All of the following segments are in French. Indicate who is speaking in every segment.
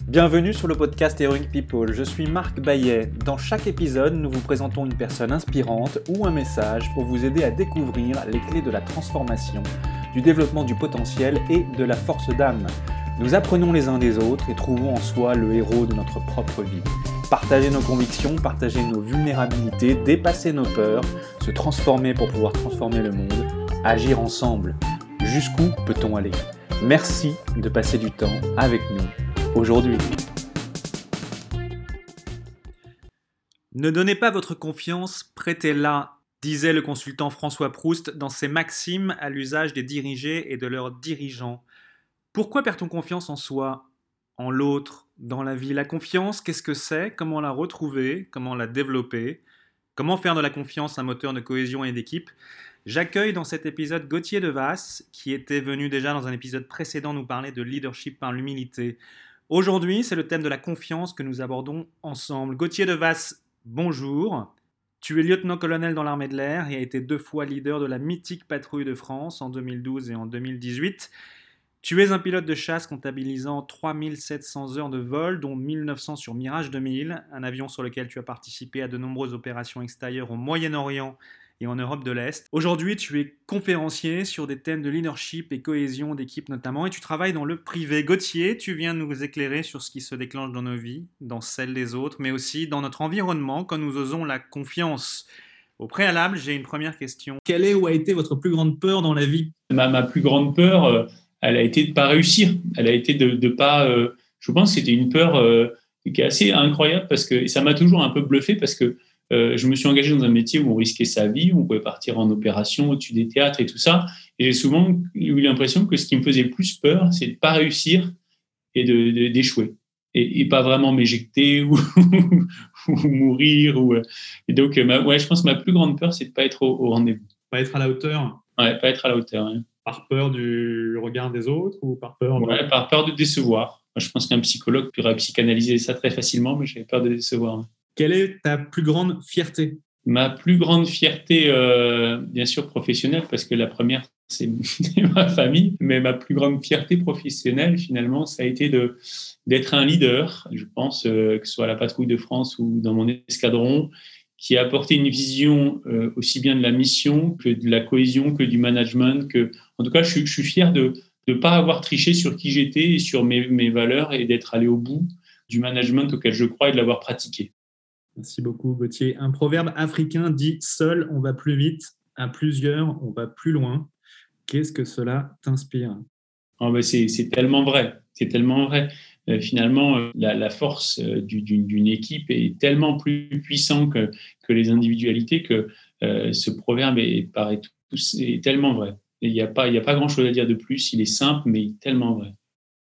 Speaker 1: Bienvenue sur le podcast Heroic People, je suis Marc Baillet. Dans chaque épisode, nous vous présentons une personne inspirante ou un message pour vous aider à découvrir les clés de la transformation, du développement du potentiel et de la force d'âme. Nous apprenons les uns des autres et trouvons en soi le héros de notre propre vie. Partager nos convictions, partager nos vulnérabilités, dépasser nos peurs, se transformer pour pouvoir transformer le monde, agir ensemble. Jusqu'où peut-on aller ? Merci de passer du temps avec nous aujourd'hui. Ne donnez pas votre confiance, prêtez-la, disait le consultant François Proust dans ses maximes à l'usage des dirigés et de leurs dirigeants. Pourquoi perd-on confiance en soi, en l'autre, dans la vie ? La confiance, qu'est-ce que c'est ? Comment la retrouver ? Comment la développer ? Comment faire de la confiance un moteur de cohésion et d'équipe ? J'accueille dans cet épisode Gauthier Devasse, qui était venu déjà dans un épisode précédent nous parler de leadership par l'humilité. Aujourd'hui, c'est le thème de la confiance que nous abordons ensemble. Gauthier Devasse, bonjour. Tu es lieutenant-colonel dans l'armée de l'air et as été 2 fois leader de la mythique patrouille de France en 2012 et en 2018. Tu es un pilote de chasse comptabilisant 3700 heures de vol, dont 1900 sur Mirage 2000, un avion sur lequel tu as participé à de nombreuses opérations extérieures au Moyen-Orient et en Europe de l'Est. Aujourd'hui, tu es conférencier sur des thèmes de leadership et cohésion d'équipe notamment, et tu travailles dans le privé. Gauthier, tu viens nous éclairer sur ce qui se déclenche dans nos vies, dans celles des autres, mais aussi dans notre environnement quand nous osons la confiance. Au préalable, j'ai une première question. Quelle est ou a été votre plus grande peur dans la vie ?
Speaker 2: Ma plus grande peur, elle a été de ne pas réussir. Elle a été de pas... je pense que c'était une peur qui est assez incroyable parce que ça m'a toujours un peu bluffé parce que je me suis engagé dans un métier où on risquait sa vie, où on pouvait partir en opération au-dessus des théâtres et tout ça. Et j'ai souvent eu l'impression que ce qui me faisait le plus peur, c'est de ne pas réussir et d'échouer. Et pas vraiment m'éjecter ou mourir. Et donc, je pense que ma plus grande peur, c'est de ne pas être au rendez-vous.
Speaker 1: Pas être à la hauteur ?
Speaker 2: Ouais, pas être à la hauteur. Ouais.
Speaker 1: Par peur du regard des autres ou par peur
Speaker 2: par peur de décevoir. Moi, je pense qu'un psychologue pourrait psychanalyser ça très facilement, mais j'avais peur de décevoir.
Speaker 1: Quelle est ta plus grande fierté ?
Speaker 2: Ma plus grande fierté, bien sûr, professionnelle, parce que la première, c'est ma famille, mais ma plus grande fierté professionnelle, finalement, ça a été d'être un leader, je pense, que ce soit à la patrouille de France ou dans mon escadron, qui a apporté une vision aussi bien de la mission que de la cohésion, que du management. En tout cas, je suis fier de ne pas avoir triché sur qui j'étais et sur mes valeurs et d'être allé au bout du management auquel je crois et de l'avoir pratiqué.
Speaker 1: Merci beaucoup, Gauthier. Un proverbe africain dit « Seul, on va plus vite. À plusieurs, on va plus loin ». Qu'est-ce que cela t'inspire ?
Speaker 2: C'est tellement vrai. C'est tellement vrai. Finalement, la force d'une équipe est tellement plus puissante que les individualités que ce proverbe est tellement vrai. Il n'y a pas grand-chose à dire de plus. Il est simple, mais il est tellement vrai.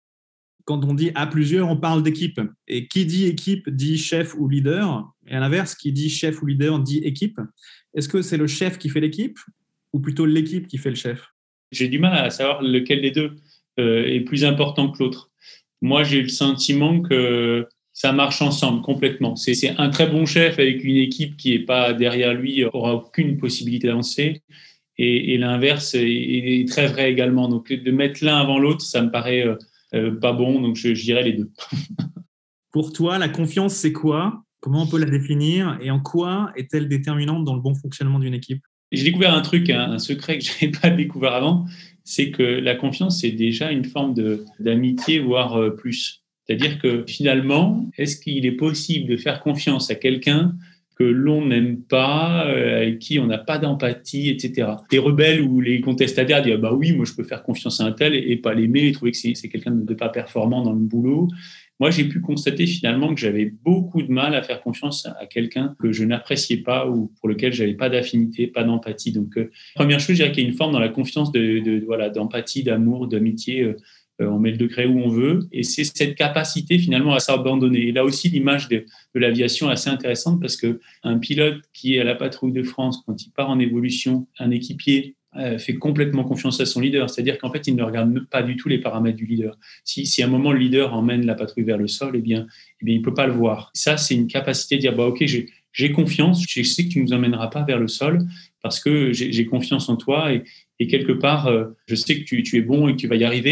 Speaker 1: Quand on dit « à plusieurs », on parle d'équipe. Et qui dit équipe dit chef ou leader. Et à l'inverse, qui dit chef ou leader dit équipe. Est-ce que c'est le chef qui fait l'équipe ou plutôt l'équipe qui fait le chef ?
Speaker 2: J'ai du mal à savoir lequel des deux est plus important que l'autre. Moi, j'ai le sentiment que ça marche ensemble complètement. C'est un très bon chef avec une équipe qui n'est pas derrière lui, aura aucune possibilité d'avancer. Et l'inverse est très vrai également. Donc, de mettre l'un avant l'autre, ça me paraît pas bon. Donc, je dirais les deux.
Speaker 1: Pour toi, la confiance, c'est quoi ? Comment on peut la définir ? Et en quoi est-elle déterminante dans le bon fonctionnement d'une équipe ?
Speaker 2: J'ai découvert un truc, un secret que je n'avais pas découvert avant, c'est que la confiance, c'est déjà une forme d'amitié, voire plus. C'est-à-dire que finalement, est-ce qu'il est possible de faire confiance à quelqu'un que l'on n'aime pas, avec qui on n'a pas d'empathie, etc. Les rebelles ou les contestataires disent « bah oui, moi je peux faire confiance à un tel et pas l'aimer et trouver que c'est quelqu'un de pas performant dans le boulot ». Moi, j'ai pu constater finalement que j'avais beaucoup de mal à faire confiance à quelqu'un que je n'appréciais pas ou pour lequel j'avais pas d'affinité, pas d'empathie. Donc, première chose, je dirais qu'il y a une forme dans la confiance d'empathie, d'amour, d'amitié. On met le degré où on veut. Et c'est cette capacité finalement à s'abandonner. Et là aussi, l'image de l'aviation est assez intéressante parce qu'un pilote qui est à la patrouille de France, quand il part en évolution, un équipier fait complètement confiance à son leader. C'est-à-dire qu'en fait, il ne regarde pas du tout les paramètres du leader. Si à un moment, le leader emmène la patrouille vers le sol, eh bien il ne peut pas le voir. Ça, c'est une capacité de dire OK, j'ai confiance, je sais que tu ne nous emmèneras pas vers le sol parce que j'ai confiance en toi et quelque part, je sais que tu es bon et que tu vas y arriver.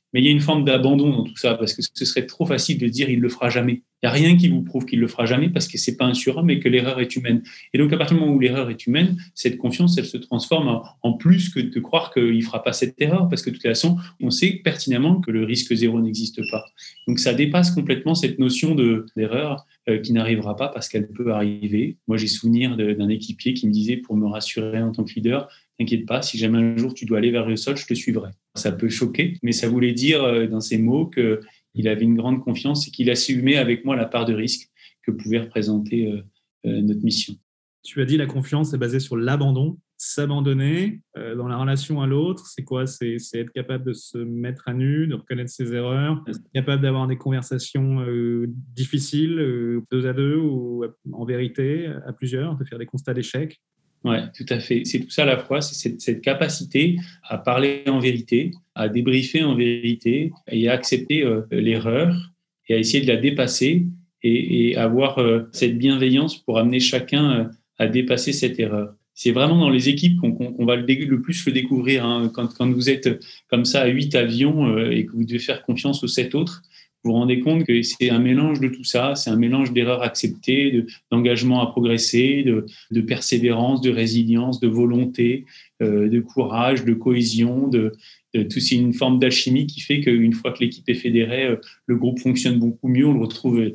Speaker 2: Mais il y a une forme d'abandon dans tout ça, parce que ce serait trop facile de dire il le fera jamais. Il n'y a rien qui vous prouve qu'il le fera jamais, parce que c'est pas un surhomme et que l'erreur est humaine. Et donc, à partir du moment où l'erreur est humaine, cette confiance, elle se transforme en plus que de croire qu'il fera pas cette erreur, parce que de toute façon, on sait pertinemment que le risque zéro n'existe pas. Donc, ça dépasse complètement cette notion d'erreur qui n'arrivera pas parce qu'elle peut arriver. Moi, j'ai souvenir d'un équipier qui me disait, pour me rassurer en tant que leader, t'inquiète pas, si jamais un jour tu dois aller vers le sol, je te suivrai. Ça peut choquer, mais ça voulait dire dans ces mots qu'il avait une grande confiance et qu'il assumait avec moi la part de risque que pouvait représenter notre mission.
Speaker 1: Tu as dit la confiance est basée sur l'abandon. S'abandonner dans la relation à l'autre, c'est quoi? C'est être capable de se mettre à nu, de reconnaître ses erreurs, être capable d'avoir des conversations difficiles, deux à deux ou en vérité, à plusieurs, de faire des constats d'échec.
Speaker 2: Oui, tout à fait. C'est tout ça à la fois, c'est cette capacité à parler en vérité, à débriefer en vérité et à accepter l'erreur et à essayer de la dépasser et avoir cette bienveillance pour amener chacun à dépasser cette erreur. C'est vraiment dans les équipes qu'on va le plus le découvrir. Hein. Quand vous êtes comme ça à 8 avions et que vous devez faire confiance aux 7 autres, vous vous rendez compte que c'est un mélange de tout ça, c'est un mélange d'erreurs acceptées, d'engagement à progresser, de persévérance, de résilience, de volonté, de courage, de cohésion, c'est une forme d'alchimie qui fait qu'une fois que l'équipe est fédérée, le groupe fonctionne beaucoup mieux. On le retrouve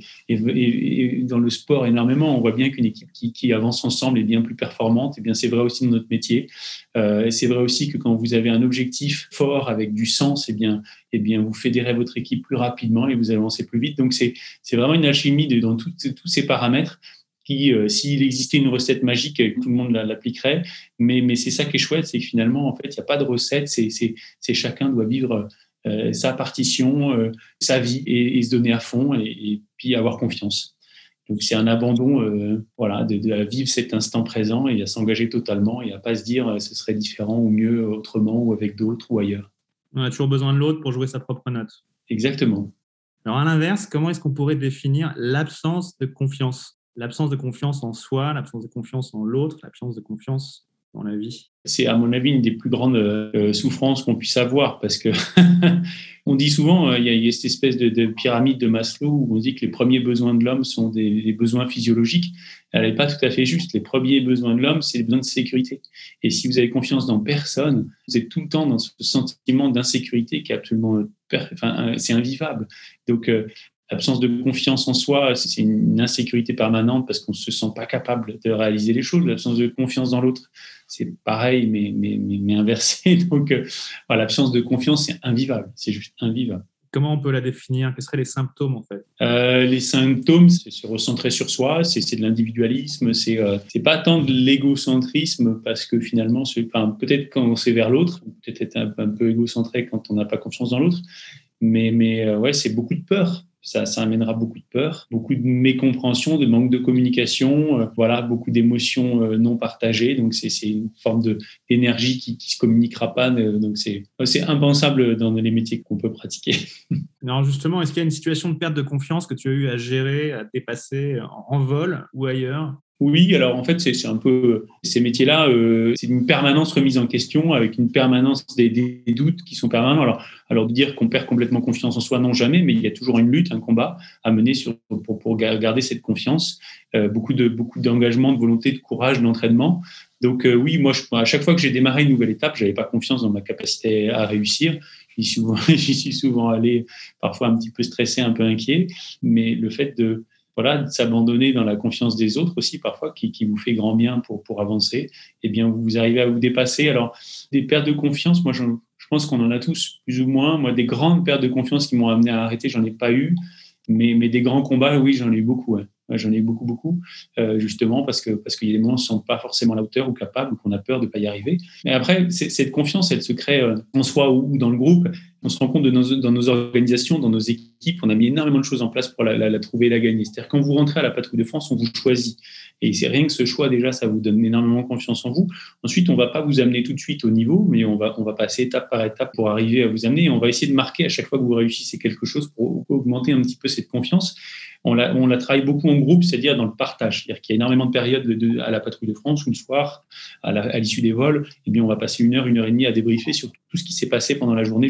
Speaker 2: et dans le sport énormément. On voit bien qu'une équipe qui avance ensemble est bien plus performante. Et bien, c'est vrai aussi dans notre métier. Et c'est vrai aussi que quand vous avez un objectif fort avec du sens, vous fédérez votre équipe plus rapidement et vous avancez plus vite. Donc, c'est vraiment une alchimie dans tous ces paramètres qui, s'il existait une recette magique, tout le monde l'appliquerait. Mais c'est ça qui est chouette, c'est que finalement, en fait, il n'y a pas de recette. C'est chacun doit vivre sa partition, sa vie et se donner à fond et puis avoir confiance. Donc, c'est un abandon de vivre cet instant présent et à s'engager totalement et à pas se dire ce serait différent ou mieux autrement ou avec d'autres ou ailleurs.
Speaker 1: On a toujours besoin de l'autre pour jouer sa propre note.
Speaker 2: Exactement.
Speaker 1: Alors, à l'inverse, comment est-ce qu'on pourrait définir l'absence de confiance? L'absence de confiance en soi, l'absence de confiance en l'autre, l'absence de confiance dans la vie.
Speaker 2: C'est, à mon avis, une des plus grandes souffrances qu'on puisse avoir parce que on dit souvent, il y a cette espèce de pyramide de Maslow où on dit que les premiers besoins de l'homme sont des besoins physiologiques. Elle n'est pas tout à fait juste. Les premiers besoins de l'homme, c'est les besoins de sécurité. Et si vous avez confiance dans personne, vous êtes tout le temps dans ce sentiment d'insécurité qui est absolument, c'est invivable. Donc, l'absence de confiance en soi, c'est une insécurité permanente parce qu'on ne se sent pas capable de réaliser les choses. L'absence de confiance dans l'autre, c'est pareil, mais inversé. Donc, l'absence de confiance, c'est invivable. C'est juste invivable.
Speaker 1: Comment on peut la définir? Quels seraient les symptômes, en fait?
Speaker 2: Les symptômes, c'est se recentrer sur soi, c'est de l'individualisme, c'est pas tant de l'égocentrisme parce que finalement, peut-être quand c'est vers l'autre, peut-être être un peu égocentré quand on n'a pas confiance dans l'autre, mais c'est beaucoup de peur. Ça amènera beaucoup de peur, beaucoup de mécompréhension, de manque de communication, beaucoup d'émotions non partagées. Donc, c'est une forme d'énergie qui se communiquera pas. Donc, c'est impensable dans les métiers qu'on peut pratiquer.
Speaker 1: Alors, justement, est-ce qu'il y a une situation de perte de confiance que tu as eu à gérer, à dépasser en vol ou ailleurs?
Speaker 2: Oui, alors en fait, c'est un peu ces métiers-là, c'est une permanence remise en question avec une permanence des doutes qui sont permanents. Alors de dire qu'on perd complètement confiance en soi, non, jamais, mais il y a toujours une lutte, un combat à mener pour garder cette confiance, beaucoup d'engagement, de volonté, de courage, d'entraînement. Donc oui, moi, à chaque fois que j'ai démarré une nouvelle étape, j'avais pas confiance dans ma capacité à réussir. J'y suis souvent allé, parfois un petit peu stressé, un peu inquiet, mais le fait de s'abandonner dans la confiance des autres aussi parfois qui vous fait grand bien pour avancer, eh bien vous arrivez à vous dépasser. Alors des pertes de confiance, moi je pense qu'on en a tous plus ou moins. Moi, des grandes pertes de confiance qui m'ont amené à arrêter, j'en ai pas eu, mais des grands combats, oui, j'en ai eu beaucoup. Ouais. J'en ai eu beaucoup, justement parce qu'il y a des moments où on ne se sent pas forcément à la hauteur ou capable ou qu'on a peur de ne pas y arriver. Mais après, cette confiance, elle se crée en soi ou dans le groupe. On se rend compte dans nos organisations, dans nos équipes, on a mis énormément de choses en place pour la trouver et la gagner. C'est-à-dire quand vous rentrez à la Patrouille de France, on vous choisit. Et c'est rien que ce choix, déjà, ça vous donne énormément confiance en vous. Ensuite, on ne va pas vous amener tout de suite au niveau, mais on va passer étape par étape pour arriver à vous amener. Et on va essayer de marquer à chaque fois que vous réussissez quelque chose pour augmenter un petit peu cette confiance. On la travaille beaucoup en groupe, c'est-à-dire dans le partage. C'est-à-dire qu'il y a énormément de périodes à la Patrouille de France où le soir, à l'issue des vols, eh bien, on va passer une heure et demie à débriefer sur tout ce qui s'est passé pendant la journée, justement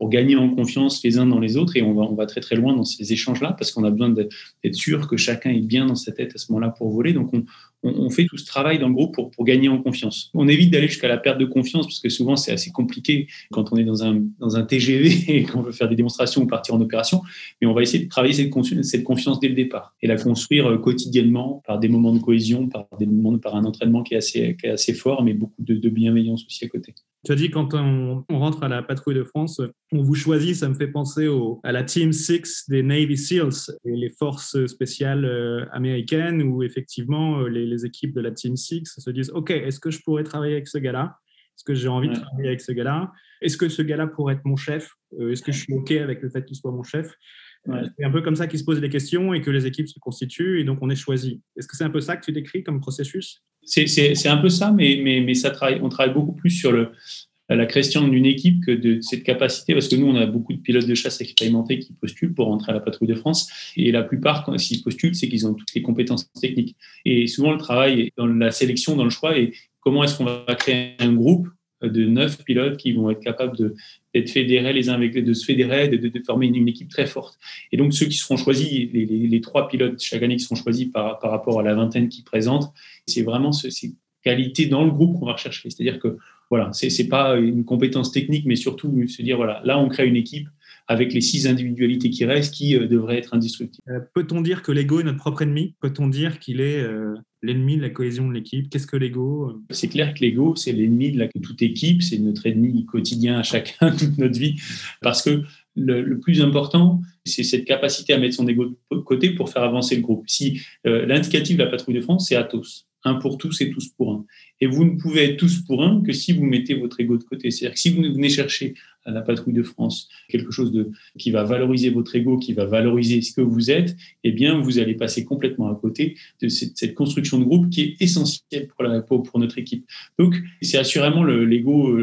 Speaker 2: pour gagner en confiance les uns dans les autres, et on va très très loin dans ces échanges-là, parce qu'on a besoin d'être sûr que chacun est bien dans sa tête à ce moment-là pour voler. Donc on fait tout ce travail dans le groupe pour gagner en confiance. On évite d'aller jusqu'à la perte de confiance, parce que souvent c'est assez compliqué quand on est dans un TGV et qu'on veut faire des démonstrations ou partir en opération, mais on va essayer de travailler cette confiance dès le départ et la construire quotidiennement par des moments de cohésion, par un entraînement qui est assez fort, mais beaucoup de bienveillance aussi à côté.
Speaker 3: Tu as dit quand on rentre à la patrouille de France, on vous choisit, ça me fait penser à la Team 6 des Navy SEALs, et les forces spéciales américaines, où effectivement les équipes de la Team 6 se disent « Ok, est-ce que je pourrais travailler avec ce gars-là ? Est-ce que j'ai envie de travailler avec ce gars-là ? Est-ce que ce gars-là pourrait être mon chef ? Est-ce que je suis OK avec le fait qu'il soit mon chef ?» C'est un peu comme ça qu'ils se posent des questions et que les équipes se constituent, et donc on est choisi. Est-ce que c'est un peu ça que tu décris comme processus ?
Speaker 2: C'est un peu ça, mais on travaille beaucoup plus sur la création d'une équipe que de cette capacité, parce que nous, on a beaucoup de pilotes de chasse expérimentés qui postulent pour rentrer à la patrouille de France, et la plupart, quand ils postulent, c'est qu'ils ont toutes les compétences techniques. Et souvent, le travail est dans la sélection, dans le choix, et comment est-ce qu'on va créer un groupe de 9 pilotes qui vont être capables d'être fédérés les uns avec les deux, de se fédérer, de former une équipe très forte. Et donc, ceux qui seront choisis, les 3 pilotes chaque année qui seront choisis par rapport à la vingtaine qui présentent, c'est vraiment ces qualités dans le groupe qu'on va rechercher. C'est-à-dire que, voilà, c'est pas une compétence technique, mais surtout se dire, voilà, là, on crée une équipe avec les 6 individualités qui restent, qui devraient être indestructibles.
Speaker 3: Peut-on dire que l'ego est notre propre ennemi ? Peut-on dire qu'il est l'ennemi de la cohésion de l'équipe ? Qu'est-ce que l'ego ?
Speaker 2: C'est clair que l'ego, c'est l'ennemi de toute équipe, c'est notre ennemi quotidien à chacun, toute notre vie, parce que le plus important, c'est cette capacité à mettre son ego de côté pour faire avancer le groupe. Si l'indicatif de la patrouille de France, c'est Athos. Un pour tous et tous pour un. Et vous ne pouvez être tous pour un que si vous mettez votre ego de côté. C'est-à-dire que si vous venez chercher à la patrouille de France quelque chose qui va valoriser votre ego, qui va valoriser ce que vous êtes, eh bien, vous allez passer complètement à côté de cette construction de groupe qui est essentielle pour notre équipe. Donc, c'est assurément l'ego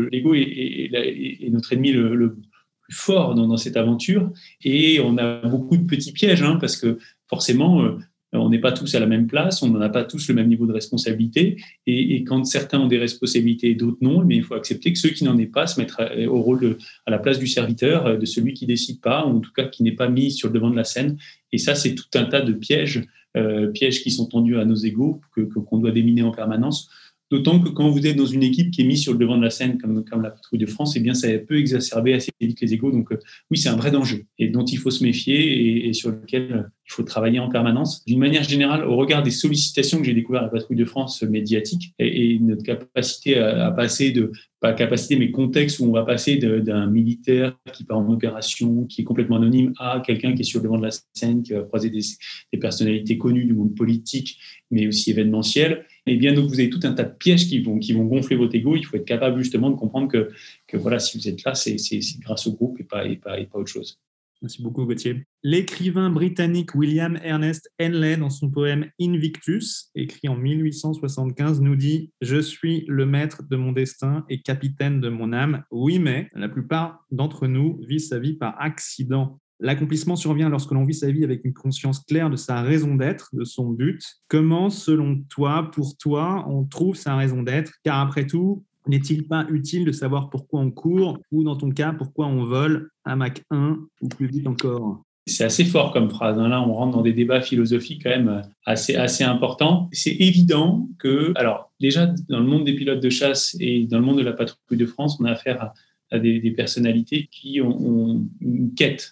Speaker 2: est notre ennemi le plus fort dans cette aventure. Et on a beaucoup de petits pièges, parce que forcément, on n'est pas tous à la même place, on n'en a pas tous le même niveau de responsabilité. Et quand certains ont des responsabilités et d'autres non, mais il faut accepter que ceux qui n'en aient pas se mettent au rôle à la place du serviteur, de celui qui ne décide pas, ou en tout cas qui n'est pas mis sur le devant de la scène. Et ça, c'est tout un tas de pièges qui sont tendus à nos égos, qu'on doit déminer en permanence. D'autant que quand vous êtes dans une équipe qui est mise sur le devant de la scène, comme la patrouille de France, eh bien, ça peut exacerber assez vite les égos. Donc, oui, c'est un vrai danger et dont il faut se méfier et sur lequel il faut travailler en permanence. D'une manière générale, au regard des sollicitations que j'ai découvertes à la patrouille de France médiatique et notre capacité à passer pas capacité, mais contexte où on va passer d'un militaire qui part en opération, qui est complètement anonyme, à quelqu'un qui est sur le devant de la scène, qui va croiser des personnalités connues du monde politique, mais aussi événementiel. Eh bien, donc, vous avez tout un tas de pièges qui vont gonfler votre ego. Il faut être capable justement de comprendre que voilà, si vous êtes là, c'est grâce au groupe et pas autre chose.
Speaker 3: Merci beaucoup, Gauthier. L'écrivain britannique William Ernest Henley, dans son poème Invictus, écrit en 1875, nous dit « Je suis le maître de mon destin et capitaine de mon âme. Oui, mais la plupart d'entre nous vivent sa vie par accident. L'accomplissement survient lorsque l'on vit sa vie avec une conscience claire de sa raison d'être, de son but. Comment, selon toi, pour toi, on trouve sa raison d'être ? Car après tout, n'est-il pas utile de savoir pourquoi on court ou, dans ton cas, pourquoi on vole à Mach 1 ou plus vite encore ? »
Speaker 2: C'est assez fort comme phrase. Là, on rentre dans des débats philosophiques quand même assez importants. C'est évident que, alors déjà, dans le monde des pilotes de chasse et dans le monde de la patrouille de France, on a affaire à des personnalités qui ont une quête,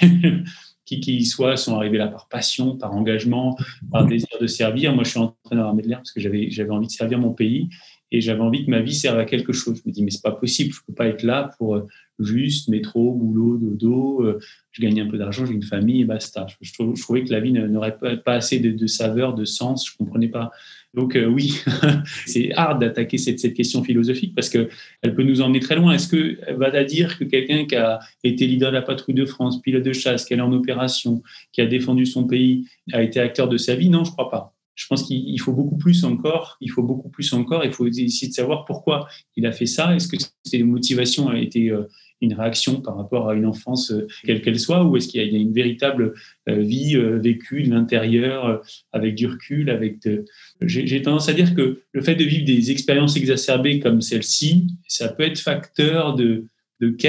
Speaker 2: qui soit sont arrivés là par passion, par engagement, par désir de servir. Moi, je suis entraîneur armée de l'air parce que j'avais envie de servir mon pays. Et j'avais envie que ma vie serve à quelque chose. Je me dis, mais c'est pas possible, je peux pas être là pour juste métro, boulot, dodo, je gagne un peu d'argent, j'ai une famille et basta. Je trouvais que la vie n'aurait pas assez de saveur, de sens, je comprenais pas. Donc oui, c'est hard d'attaquer cette question philosophique parce qu'elle peut nous emmener très loin. Est-ce qu'elle va dire que quelqu'un qui a été leader de la patrouille de France, pilote de chasse, qui est en opération, qui a défendu son pays, a été acteur de sa vie? Non, je crois pas. Je pense qu'il faut beaucoup plus encore. Il faut essayer de savoir pourquoi il a fait ça. Est-ce que ses motivations a été une réaction par rapport à une enfance, quelle qu'elle soit, ou est-ce qu'il y a une véritable vie vécue de l'intérieur, avec du recul, J'ai tendance à dire que le fait de vivre des expériences exacerbées comme celle-ci, ça peut être facteur de quête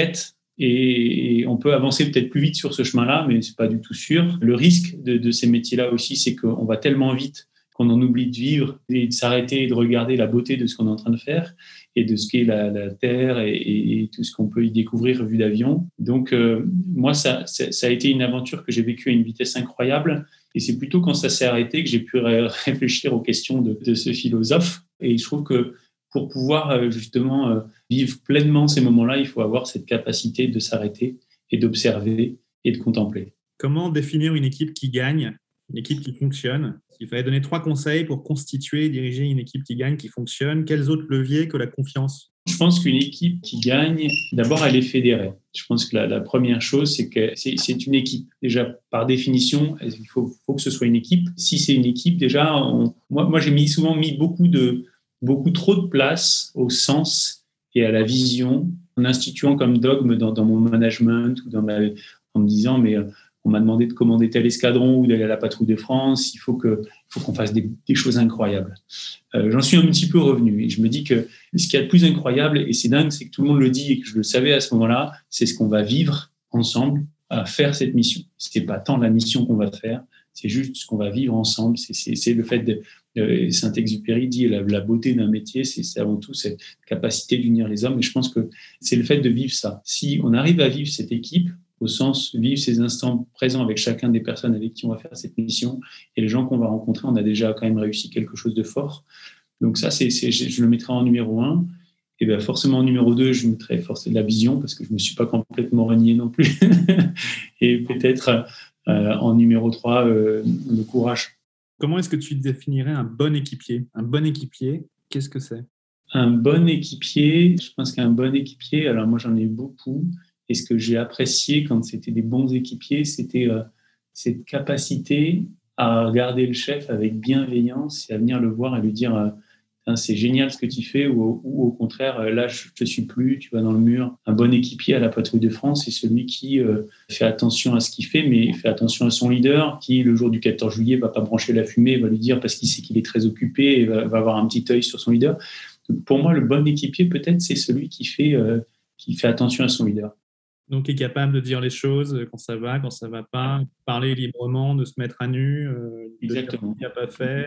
Speaker 2: Et on peut avancer peut-être plus vite sur ce chemin-là, mais c'est pas du tout sûr. Le risque de ces métiers-là aussi, c'est qu'on va tellement vite qu'on en oublie de vivre et de s'arrêter et de regarder la beauté de ce qu'on est en train de faire et de ce qu'est la Terre et tout ce qu'on peut y découvrir vue d'avion. Donc, moi, ça a été une aventure que j'ai vécue à une vitesse incroyable. Et c'est plutôt quand ça s'est arrêté que j'ai pu réfléchir aux questions de ce philosophe. Et je trouve que pour pouvoir justement vivre pleinement ces moments-là, il faut avoir cette capacité de s'arrêter et d'observer et de contempler.
Speaker 3: Comment définir une équipe qui gagne, une équipe qui fonctionne? Il fallait donner 3 conseils pour constituer et diriger une équipe qui gagne, qui fonctionne. Quels autres leviers que la confiance?
Speaker 2: Je pense qu'une équipe qui gagne, d'abord, elle est fédérée. Je pense que la première chose, c'est que c'est une équipe. Déjà, par définition, il faut que ce soit une équipe. Si c'est une équipe, déjà, moi j'ai souvent mis beaucoup trop de place au sens et à la vision en instituant comme dogme dans mon management ou en me disant, mais on m'a demandé de commander tel escadron ou d'aller à la patrouille de France, il faut qu'on fasse des choses incroyables. J'en suis un petit peu revenu et je me dis que ce qu'il y a de plus incroyable, et c'est dingue, c'est que tout le monde le dit et que je le savais à ce moment-là, c'est ce qu'on va vivre ensemble à faire cette mission. Ce n'est pas tant la mission qu'on va faire, c'est juste ce qu'on va vivre ensemble. C'est le fait de Saint-Exupéry dit la beauté d'un métier, c'est avant tout cette capacité d'unir les hommes. Et je pense que c'est le fait de vivre ça. Si on arrive à vivre cette équipe, au sens vivre ces instants présents avec chacun des personnes avec qui on va faire cette mission et les gens qu'on va rencontrer, on a déjà quand même réussi quelque chose de fort. Donc ça, je le mettrai en numéro 1. Et bien forcément en numéro 2, je mettrai forcément la vision parce que je ne me suis pas complètement renié non plus. Et peut-être en numéro 3, le courage.
Speaker 3: Comment est-ce que tu définirais un bon équipier? Un bon équipier, qu'est-ce que c'est?
Speaker 2: Un bon équipier, je pense qu'un bon équipier, alors moi j'en ai beaucoup, et ce que j'ai apprécié quand c'était des bons équipiers, c'était cette capacité à regarder le chef avec bienveillance et à venir le voir et lui dire c'est génial ce que tu fais, ou au contraire, là je te suis plus, tu vas dans le mur. Un bon équipier à la patrouille de France, c'est celui qui fait attention à ce qu'il fait, mais fait attention à son leader, qui le jour du 14 juillet va pas brancher la fumée, va lui dire parce qu'il sait qu'il est très occupé et va avoir un petit œil sur son leader. Donc, pour moi, le bon équipier, peut-être, c'est celui qui fait attention à son leader.
Speaker 3: Donc, est capable de dire les choses quand ça va pas, parler librement, de se mettre à nu, de dire ce qu'il n'a pas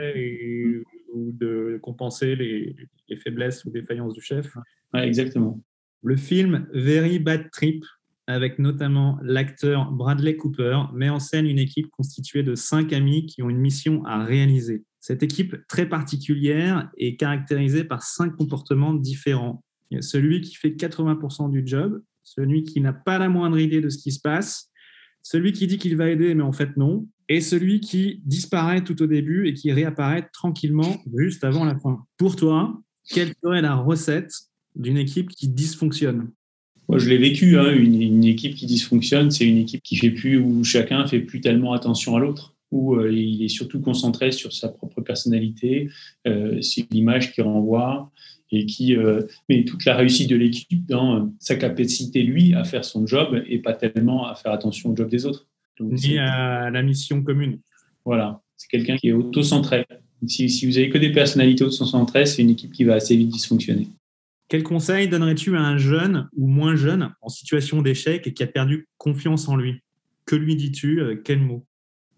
Speaker 3: fait ou de compenser les faiblesses ou défaillances du chef.
Speaker 2: Ouais, exactement.
Speaker 3: Le film Very Bad Trip, avec notamment l'acteur Bradley Cooper, met en scène une équipe constituée de 5 amis qui ont une mission à réaliser. Cette équipe très particulière est caractérisée par 5 comportements différents. Il y a celui qui fait 80% du job, celui qui n'a pas la moindre idée de ce qui se passe, celui qui dit qu'il va aider mais en fait non, et celui qui disparaît tout au début et qui réapparaît tranquillement juste avant la fin. Pour toi, quelle serait la recette d'une équipe qui dysfonctionne?
Speaker 2: Moi, je l'ai vécu, une équipe qui dysfonctionne, c'est une équipe qui fait plus, où chacun fait plus tellement attention à l'autre, où il est surtout concentré sur sa propre personnalité, c'est l'image qu'il renvoie, et qui met toute la réussite de l'équipe dans sa capacité, lui, à faire son job et pas tellement à faire attention au job des autres.
Speaker 3: Donc, ni à la mission commune.
Speaker 2: Voilà, c'est quelqu'un qui est auto-centré. Si vous n'avez que des personnalités auto-centrées, c'est une équipe qui va assez vite dysfonctionner.
Speaker 3: Quel conseil donnerais-tu à un jeune ou moins jeune en situation d'échec et qui a perdu confiance en lui? Que lui dis-tu? Quel mot?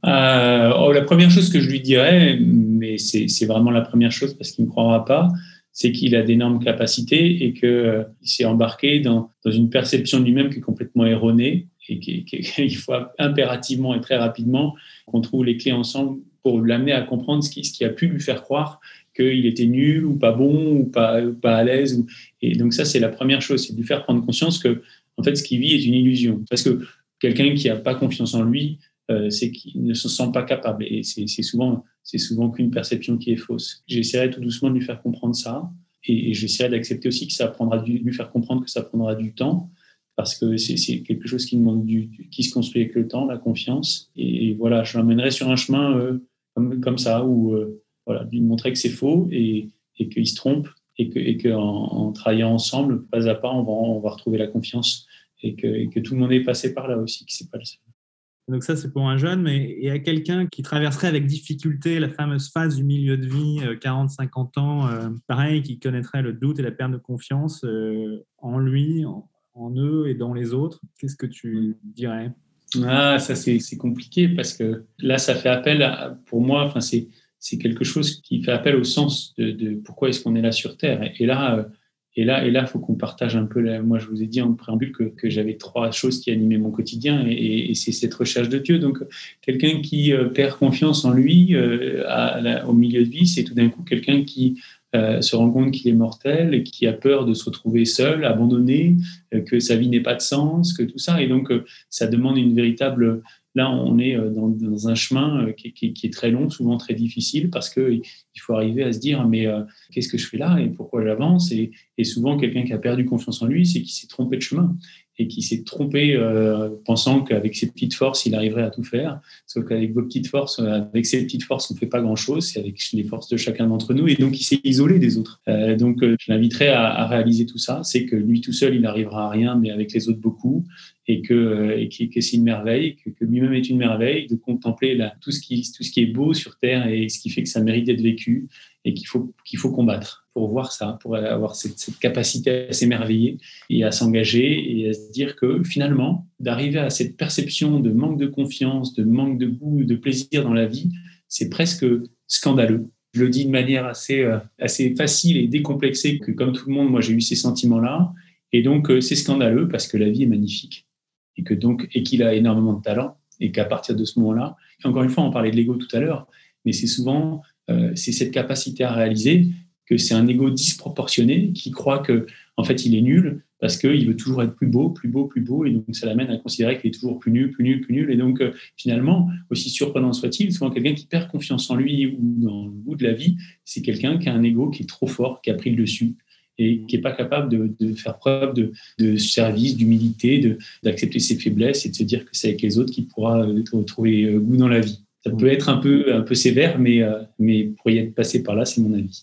Speaker 2: La première chose que je lui dirais, mais c'est vraiment la première chose parce qu'il ne me croira pas, c'est qu'il a d'énormes capacités et qu'il s'est embarqué dans une perception de lui-même qui est complètement erronée et qu'il faut impérativement et très rapidement qu'on trouve les clés ensemble pour l'amener à comprendre ce qui a pu lui faire croire qu'il était nul ou pas bon ou pas à l'aise. Et donc ça, c'est la première chose, c'est de lui faire prendre conscience que en fait, ce qu'il vit est une illusion. Parce que quelqu'un qui n'a pas confiance en lui, c'est qu'il ne se sent pas capable. Et c'est souvent qu'une perception qui est fausse. J'essaierai tout doucement de lui faire comprendre ça. Et j'essaierai d'accepter aussi que lui faire comprendre que ça prendra du temps. Parce que c'est quelque chose qui se construit avec le temps, la confiance. Et voilà, je l'emmènerai sur un chemin comme ça, où lui montrer que c'est faux et qu'il se trompe. Et qu'en travaillant ensemble, pas à pas, on va retrouver la confiance. Et que tout le monde est passé par là aussi, que c'est pas le seul.
Speaker 3: Donc ça, c'est pour un jeune, mais il y a quelqu'un qui traverserait avec difficulté la fameuse phase du milieu de vie, 40-50 ans, pareil, qui connaîtrait le doute et la perte de confiance en lui, en en eux et dans les autres? Qu'est-ce que tu dirais?
Speaker 2: Ah, ça c'est compliqué parce que là, ça fait appel pour moi, enfin, c'est quelque chose qui fait appel au sens de pourquoi est-ce qu'on est là sur Terre. Et là, faut qu'on partage un peu. Moi, je vous ai dit en préambule que j'avais 3 choses qui animaient mon quotidien, et c'est cette recherche de Dieu. Donc, quelqu'un qui perd confiance en lui au milieu de vie, c'est tout d'un coup quelqu'un qui se rend compte qu'il est mortel et qui a peur de se retrouver seul, abandonné, que sa vie n'ait pas de sens, que tout ça. Et donc, ça demande une véritable. Là, on est dans un chemin qui est très long, souvent très difficile, parce qu'il faut arriver à se dire, mais qu'est-ce que je fais là et pourquoi j'avance, et souvent, quelqu'un qui a perdu confiance en lui, c'est qu'il s'est trompé de chemin et qui s'est trompé pensant qu'avec ses petites forces, il arriverait à tout faire. Sauf qu'avec vos petites forces, avec ses petites forces, on ne fait pas grand-chose. C'est avec les forces de chacun d'entre nous. Et donc, il s'est isolé des autres. Donc, je l'inviterais à réaliser tout ça. C'est que lui tout seul, il n'arrivera à rien, mais avec les autres, beaucoup. Et que c'est une merveille, que lui-même est une merveille, de contempler tout ce qui est beau sur Terre et ce qui fait que ça mérite d'être vécu, et qu'il faut combattre pour voir ça, pour avoir cette capacité à s'émerveiller et à s'engager et à se dire que finalement, d'arriver à cette perception de manque de confiance, de manque de goût, de plaisir dans la vie, c'est presque scandaleux. Je le dis de manière assez facile et décomplexée, que comme tout le monde, moi j'ai eu ces sentiments-là, et donc c'est scandaleux parce que la vie est magnifique et qu'il a énormément de talent, et qu'à partir de ce moment-là, encore une fois, on parlait de l'ego tout à l'heure, mais c'est souvent c'est cette capacité à réaliser que c'est un ego disproportionné qui croit que en fait il est nul parce qu'il veut toujours être plus beau, plus beau, plus beau, et donc ça l'amène à considérer qu'il est toujours plus nul, plus nul, plus nul. Et donc finalement, aussi surprenant soit-il, souvent quelqu'un qui perd confiance en lui ou dans le goût de la vie, c'est quelqu'un qui a un ego qui est trop fort, qui a pris le dessus et qui n'est pas capable de faire preuve de service, d'humilité, d'accepter ses faiblesses et de se dire que c'est avec les autres qu'il pourra trouver goût dans la vie. Ça peut être un peu sévère, mais pour y être passé par là, c'est mon avis.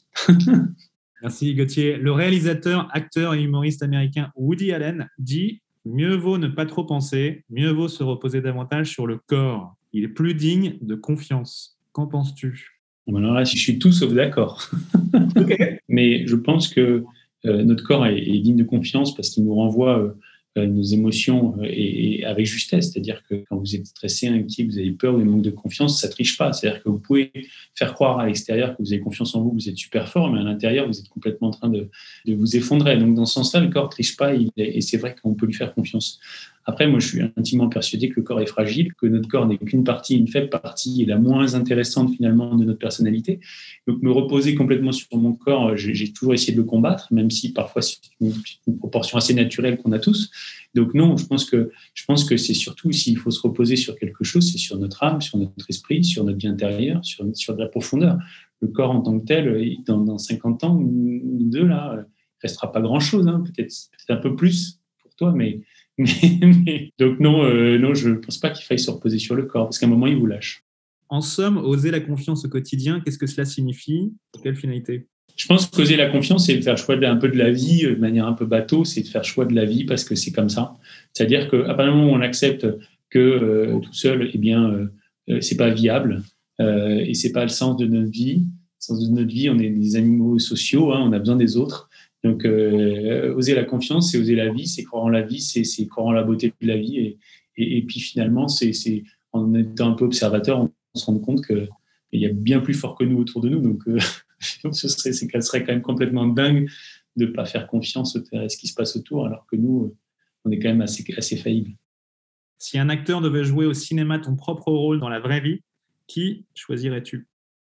Speaker 3: Merci Gauthier. Le réalisateur, acteur et humoriste américain Woody Allen dit « Mieux vaut ne pas trop penser, mieux vaut se reposer davantage sur le corps. Il est plus digne de confiance. » Qu'en penses-tu?
Speaker 2: Alors là, je suis tout sauf d'accord. Okay. Mais je pense que notre corps est digne de confiance parce qu'il nous renvoie nos émotions et avec justesse. C'est-à-dire que quand vous êtes stressé, inquiet, vous avez peur ou un manque de confiance, ça ne triche pas. C'est-à-dire que vous pouvez faire croire à l'extérieur que vous avez confiance en vous, que vous êtes super fort, mais à l'intérieur, vous êtes complètement en train de vous effondrer. Donc, dans ce sens-là, le corps ne triche pas et c'est vrai qu'on peut lui faire confiance. Après, moi, je suis intimement persuadé que le corps est fragile, que notre corps n'est qu'une partie, une faible partie, et la moins intéressante finalement de notre personnalité. Donc, me reposer complètement sur mon corps, j'ai toujours essayé de le combattre, même si parfois c'est une proportion assez naturelle qu'on a tous. Donc non, je pense que c'est surtout, s'il faut se reposer sur quelque chose, c'est sur notre âme, sur notre esprit, sur notre vie intérieure, sur de la profondeur. Le corps en tant que tel, dans 50 ans, nous deux, là, il ne restera pas grand-chose, hein, peut-être un peu plus pour toi, mais donc non, je ne pense pas qu'il faille se reposer sur le corps, parce qu'à un moment, il vous lâche.
Speaker 3: En somme, oser la confiance au quotidien, qu'est-ce que cela signifie? Pour quelle finalité?
Speaker 2: Je pense qu'oser la confiance, c'est de faire choix un peu de la vie de manière un peu bateau, c'est de faire choix de la vie parce que c'est comme ça. C'est-à-dire qu'à partir du moment où on accepte que tout seul, eh bien, c'est pas viable et c'est pas le sens de notre vie. Le sens de notre vie, on est des animaux sociaux, hein, on a besoin des autres. Donc, oser la confiance, c'est oser la vie, c'est croire en la vie, c'est croire en la beauté de la vie. Et puis finalement, c'est en étant un peu observateur, on se rend compte qu'il y a bien plus fort que nous autour de nous. Donc, ce serait quand même complètement dingue de ne pas faire confiance à ce qui se passe autour, alors que nous, on est quand même assez faillibles.
Speaker 3: Si un acteur devait jouer au cinéma ton propre rôle dans la vraie vie, qui choisirais-tu?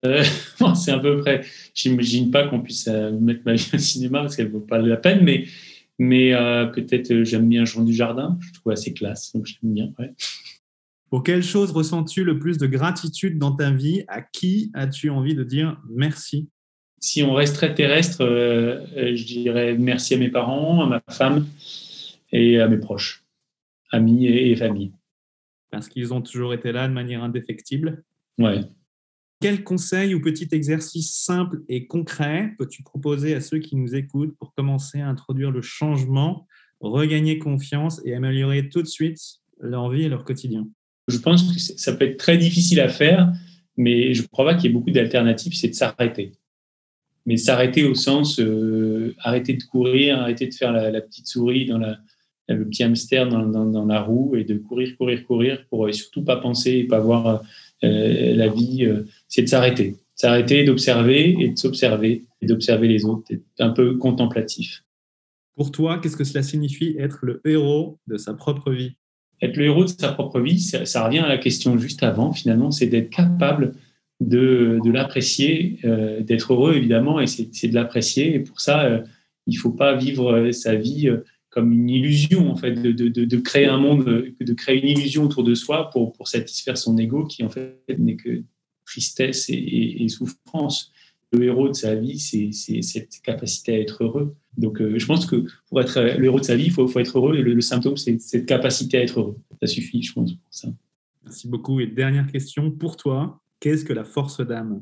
Speaker 2: C'est à peu près. J'imagine pas qu'on puisse mettre ma vie au cinéma parce qu'elle ne vaut pas la peine, mais peut-être j'aime bien Jean Dujardin, je trouve assez classe, donc j'aime bien. Ouais.
Speaker 3: Pour quelle chose ressens-tu le plus de gratitude dans ta vie? À qui as-tu envie de dire merci?
Speaker 2: Si on reste très terrestre, je dirais merci à mes parents, à ma femme et à mes proches, amis et famille.
Speaker 3: Parce qu'ils ont toujours été là de manière indéfectible.
Speaker 2: Ouais.
Speaker 3: Quel conseil ou petit exercice simple et concret peux-tu proposer à ceux qui nous écoutent pour commencer à introduire le changement, regagner confiance et améliorer tout de suite leur vie et leur quotidien?
Speaker 2: Je pense que ça peut être très difficile à faire, mais je crois pas qu'il y ait beaucoup d'alternatives, c'est de s'arrêter. Mais s'arrêter au sens arrêter de courir, arrêter de faire la petite souris dans le petit hamster dans la roue et de courir pour surtout pas penser et pas voir la vie. C'est de s'arrêter, d'observer et de s'observer et d'observer les autres, d'être un peu contemplatif.
Speaker 3: Pour toi, qu'est-ce que cela signifie être le héros de sa propre vie?
Speaker 2: Être le héros de sa propre vie, ça revient à la question juste avant, finalement, c'est d'être capable de l'apprécier, d'être heureux, évidemment, et c'est de l'apprécier. Et pour ça, il ne faut pas vivre sa vie comme une illusion, en fait, de créer un monde, de créer une illusion autour de soi pour satisfaire son ego, qui, en fait, n'est que tristesse et souffrance. Le héros de sa vie, c'est cette capacité à être heureux. Donc, je pense que pour être le héros de sa vie, il faut être heureux. Et le symptôme, c'est cette capacité à être heureux. Ça suffit, je pense, pour ça.
Speaker 3: Merci beaucoup. Et dernière question, pour toi, qu'est-ce que la force d'âme?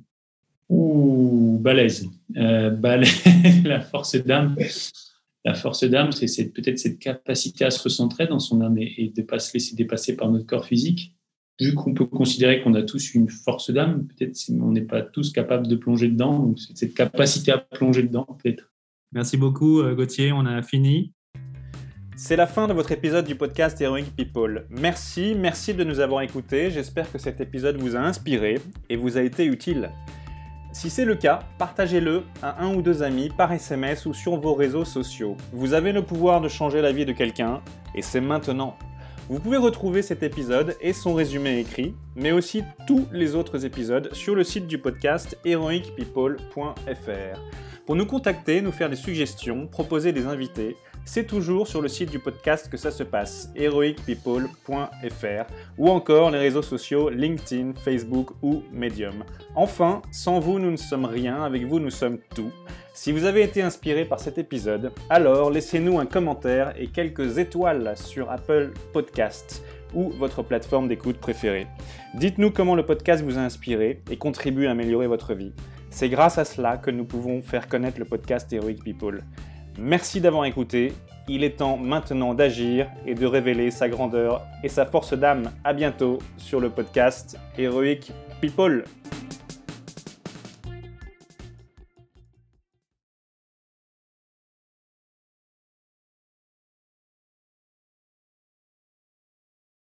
Speaker 2: Balèze. La force d'âme. La force d'âme, c'est peut-être cette capacité à se recentrer dans son âme et de ne pas se laisser dépasser par notre corps physique. Vu qu'on peut considérer qu'on a tous une force d'âme, peut-être on n'est pas tous capables de plonger dedans. Donc, c'est cette capacité à plonger dedans, peut-être.
Speaker 3: Merci beaucoup, Gauthier. On a fini.
Speaker 1: C'est la fin de votre épisode du podcast Heroic People. Merci de nous avoir écoutés. J'espère que cet épisode vous a inspiré et vous a été utile. Si c'est le cas, partagez-le à 1 ou 2 amis par SMS ou sur vos réseaux sociaux. Vous avez le pouvoir de changer la vie de quelqu'un et c'est maintenant. Vous pouvez retrouver cet épisode et son résumé écrit, mais aussi tous les autres épisodes sur le site du podcast heroicpeople.fr. Pour nous contacter, nous faire des suggestions, proposer des invités, c'est toujours sur le site du podcast que ça se passe, heroicpeople.fr, ou encore les réseaux sociaux LinkedIn, Facebook ou Medium. Enfin, sans vous, nous ne sommes rien, avec vous, nous sommes tout. Si vous avez été inspiré par cet épisode, alors laissez-nous un commentaire et quelques étoiles sur Apple Podcasts ou votre plateforme d'écoute préférée. Dites-nous comment le podcast vous a inspiré et contribue à améliorer votre vie. C'est grâce à cela que nous pouvons faire connaître le podcast Heroic People. Merci d'avoir écouté. Il est temps maintenant d'agir et de révéler sa grandeur et sa force d'âme. À bientôt sur le podcast Heroic People.